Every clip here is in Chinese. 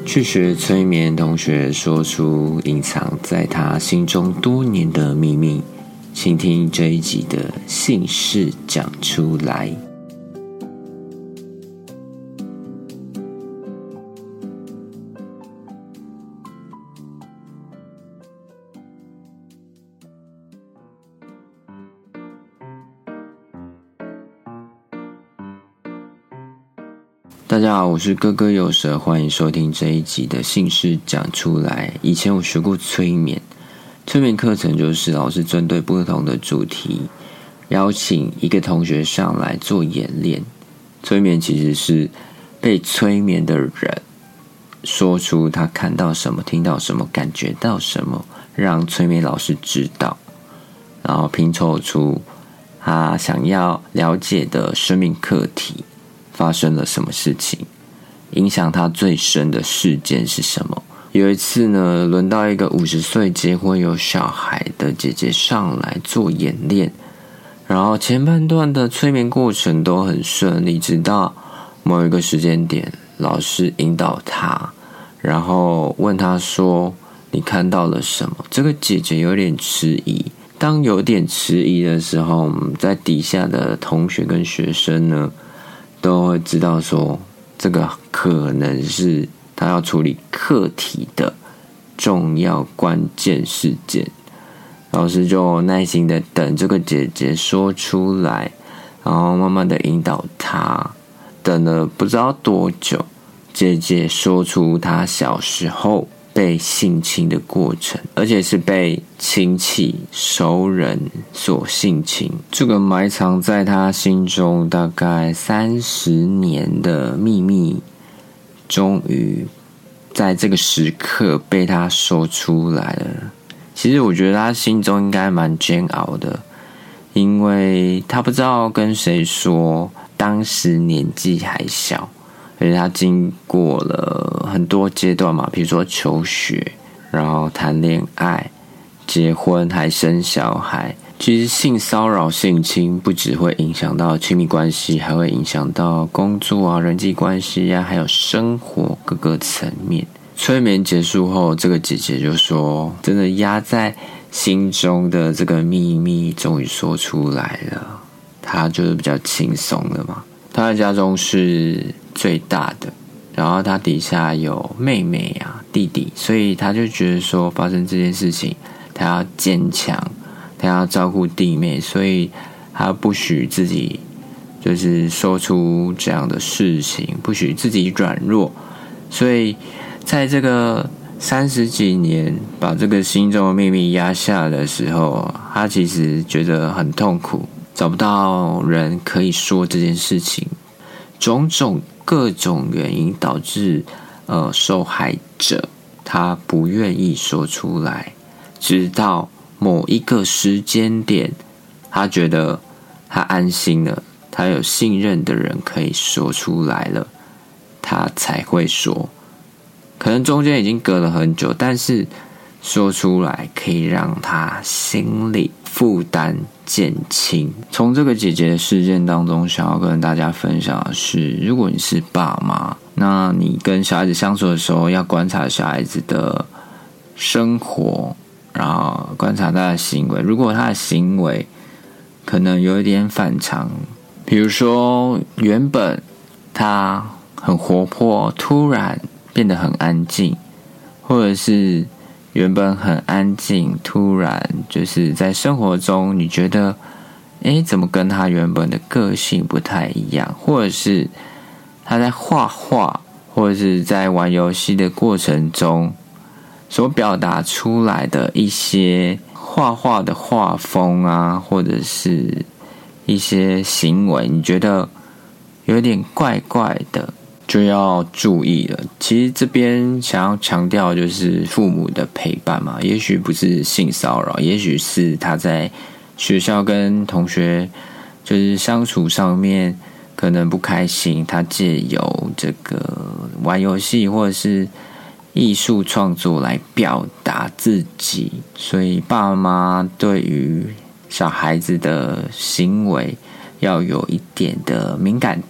去学催眠同学说出隐藏在他心中多年的秘密，请听这一集的姓氏讲出来。大家好，我是哥哥有舌，欢迎收听这一集的姓氏讲出来。以前我学过催眠课程，就是老师针对不同的主题，邀请一个同学上来做演练。催眠其实是被催眠的人说出他看到什么、听到什么、感觉到什么，让催眠老师知道，然后拼凑出他想要了解的生命课题。发生了什么事情，影响他最深的事件是什么。有一次呢，轮到一个50岁结婚有小孩的姐姐上来做演练，然后前半段的催眠过程都很顺利，直到某一个时间点，老师引导她，然后问她说你看到了什么。这个姐姐有点迟疑，当有点迟疑的时候，在底下的同学跟学生呢都会知道说，这个可能是他要处理课题的重要关键事件。老师就耐心的等这个姐姐说出来，然后慢慢的引导她。等了不知道多久，姐姐说出她小时候被性侵的过程，而且是被亲戚熟人所性侵。这个埋藏在他心中大概30年的秘密，终于在这个时刻被他说出来了。其实我觉得他心中应该蛮煎熬的，因为他不知道跟谁说，当时年纪还小，而且他经过了很多阶段嘛，比如说求学，然后谈恋爱、结婚，还生小孩。其实性骚扰、性侵不只会影响到亲密关系，还会影响到工作啊、人际关系啊，还有生活各个层面。催眠结束后，这个姐姐就说，真的压在心中的这个秘密终于说出来了，她就是比较轻松了嘛。她的家中是最大的，然后他底下有妹妹啊、弟弟，所以他就觉得说，发生这件事情，他要坚强，他要照顾弟妹，所以他不许自己就是说出这样的事情，不许自己软弱。所以在这个30几年把这个心中的秘密压下的时候，他其实觉得很痛苦，找不到人可以说这件事情，种种各种原因导致受害者他不愿意说出来，直到某一个时间点，他觉得他安心了，他有信任的人可以说出来了，他才会说。可能中间已经隔了很久，但是说出来可以让他心里负担减轻。从这个姐姐的事件当中，想要跟大家分享的是，如果你是爸妈，那你跟小孩子相处的时候，要观察小孩子的生活，然后观察他的行为。如果他的行为可能有一点反常，比如说原本他很活泼，突然变得很安静，或者是原本很安静，突然就是在生活中你觉得怎么跟他原本的个性不太一样，或者是他在画画或者是在玩游戏的过程中所表达出来的一些画画的画风啊，或者是一些行为，你觉得有点怪怪的，就要注意了。其实这边想要强调就是父母的陪伴嘛，也许不是性骚扰，也许是他在学校跟同学就是相处上面可能不开心，他借由这个玩游戏或者是艺术创作来表达自己。所以爸妈对于小孩子的行为要有一点的敏感度，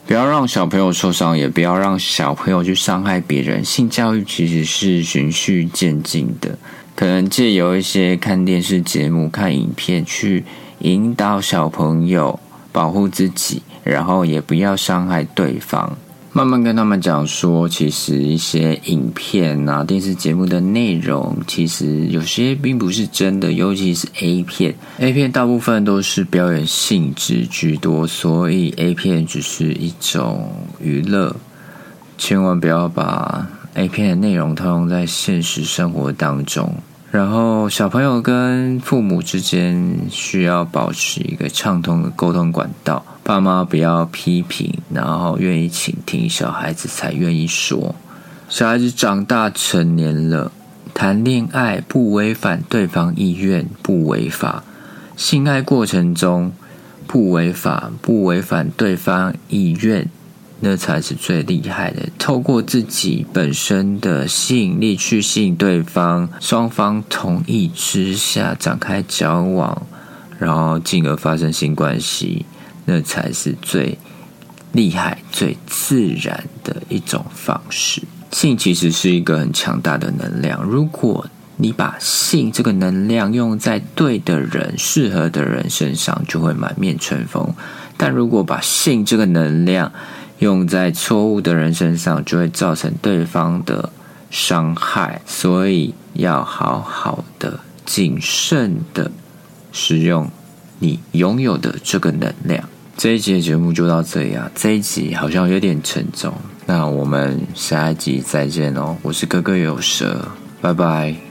不要让小朋友受伤，也不要让小朋友去伤害别人。性教育其实是循序渐进的，可能借由一些看电视节目、看影片去引导小朋友保护自己，然后也不要伤害对方。慢慢跟他们讲说，其实一些影片啊、电视节目的内容，其实有些并不是真的，尤其是 A 片。A 片大部分都是表演性质居多，所以 A 片只是一种娱乐，千万不要把 A 片的内容套用在现实生活当中。然后小朋友跟父母之间需要保持一个畅通的沟通管道，爸妈不要批评，然后愿意倾听，小孩子才愿意说。小孩子长大成年了，谈恋爱不违反对方意愿，不违法；性爱过程中不违法，不违反对方意愿，那才是最厉害的。透过自己本身的吸引力去吸引对方，双方同意之下展开交往，然后进而发生性关系，那才是最厉害、最自然的一种方式。性其实是一个很强大的能量，如果你把性这个能量用在对的人、适合的人身上，就会满面春风；但如果把性这个能量用在错误的人身上，就会造成对方的伤害。所以要好好的、谨慎的使用你拥有的这个能量。这一集的节目就到这里啊，这一集好像有点沉重，那我们下一集再见哦。我是哥哥有蛇，拜拜。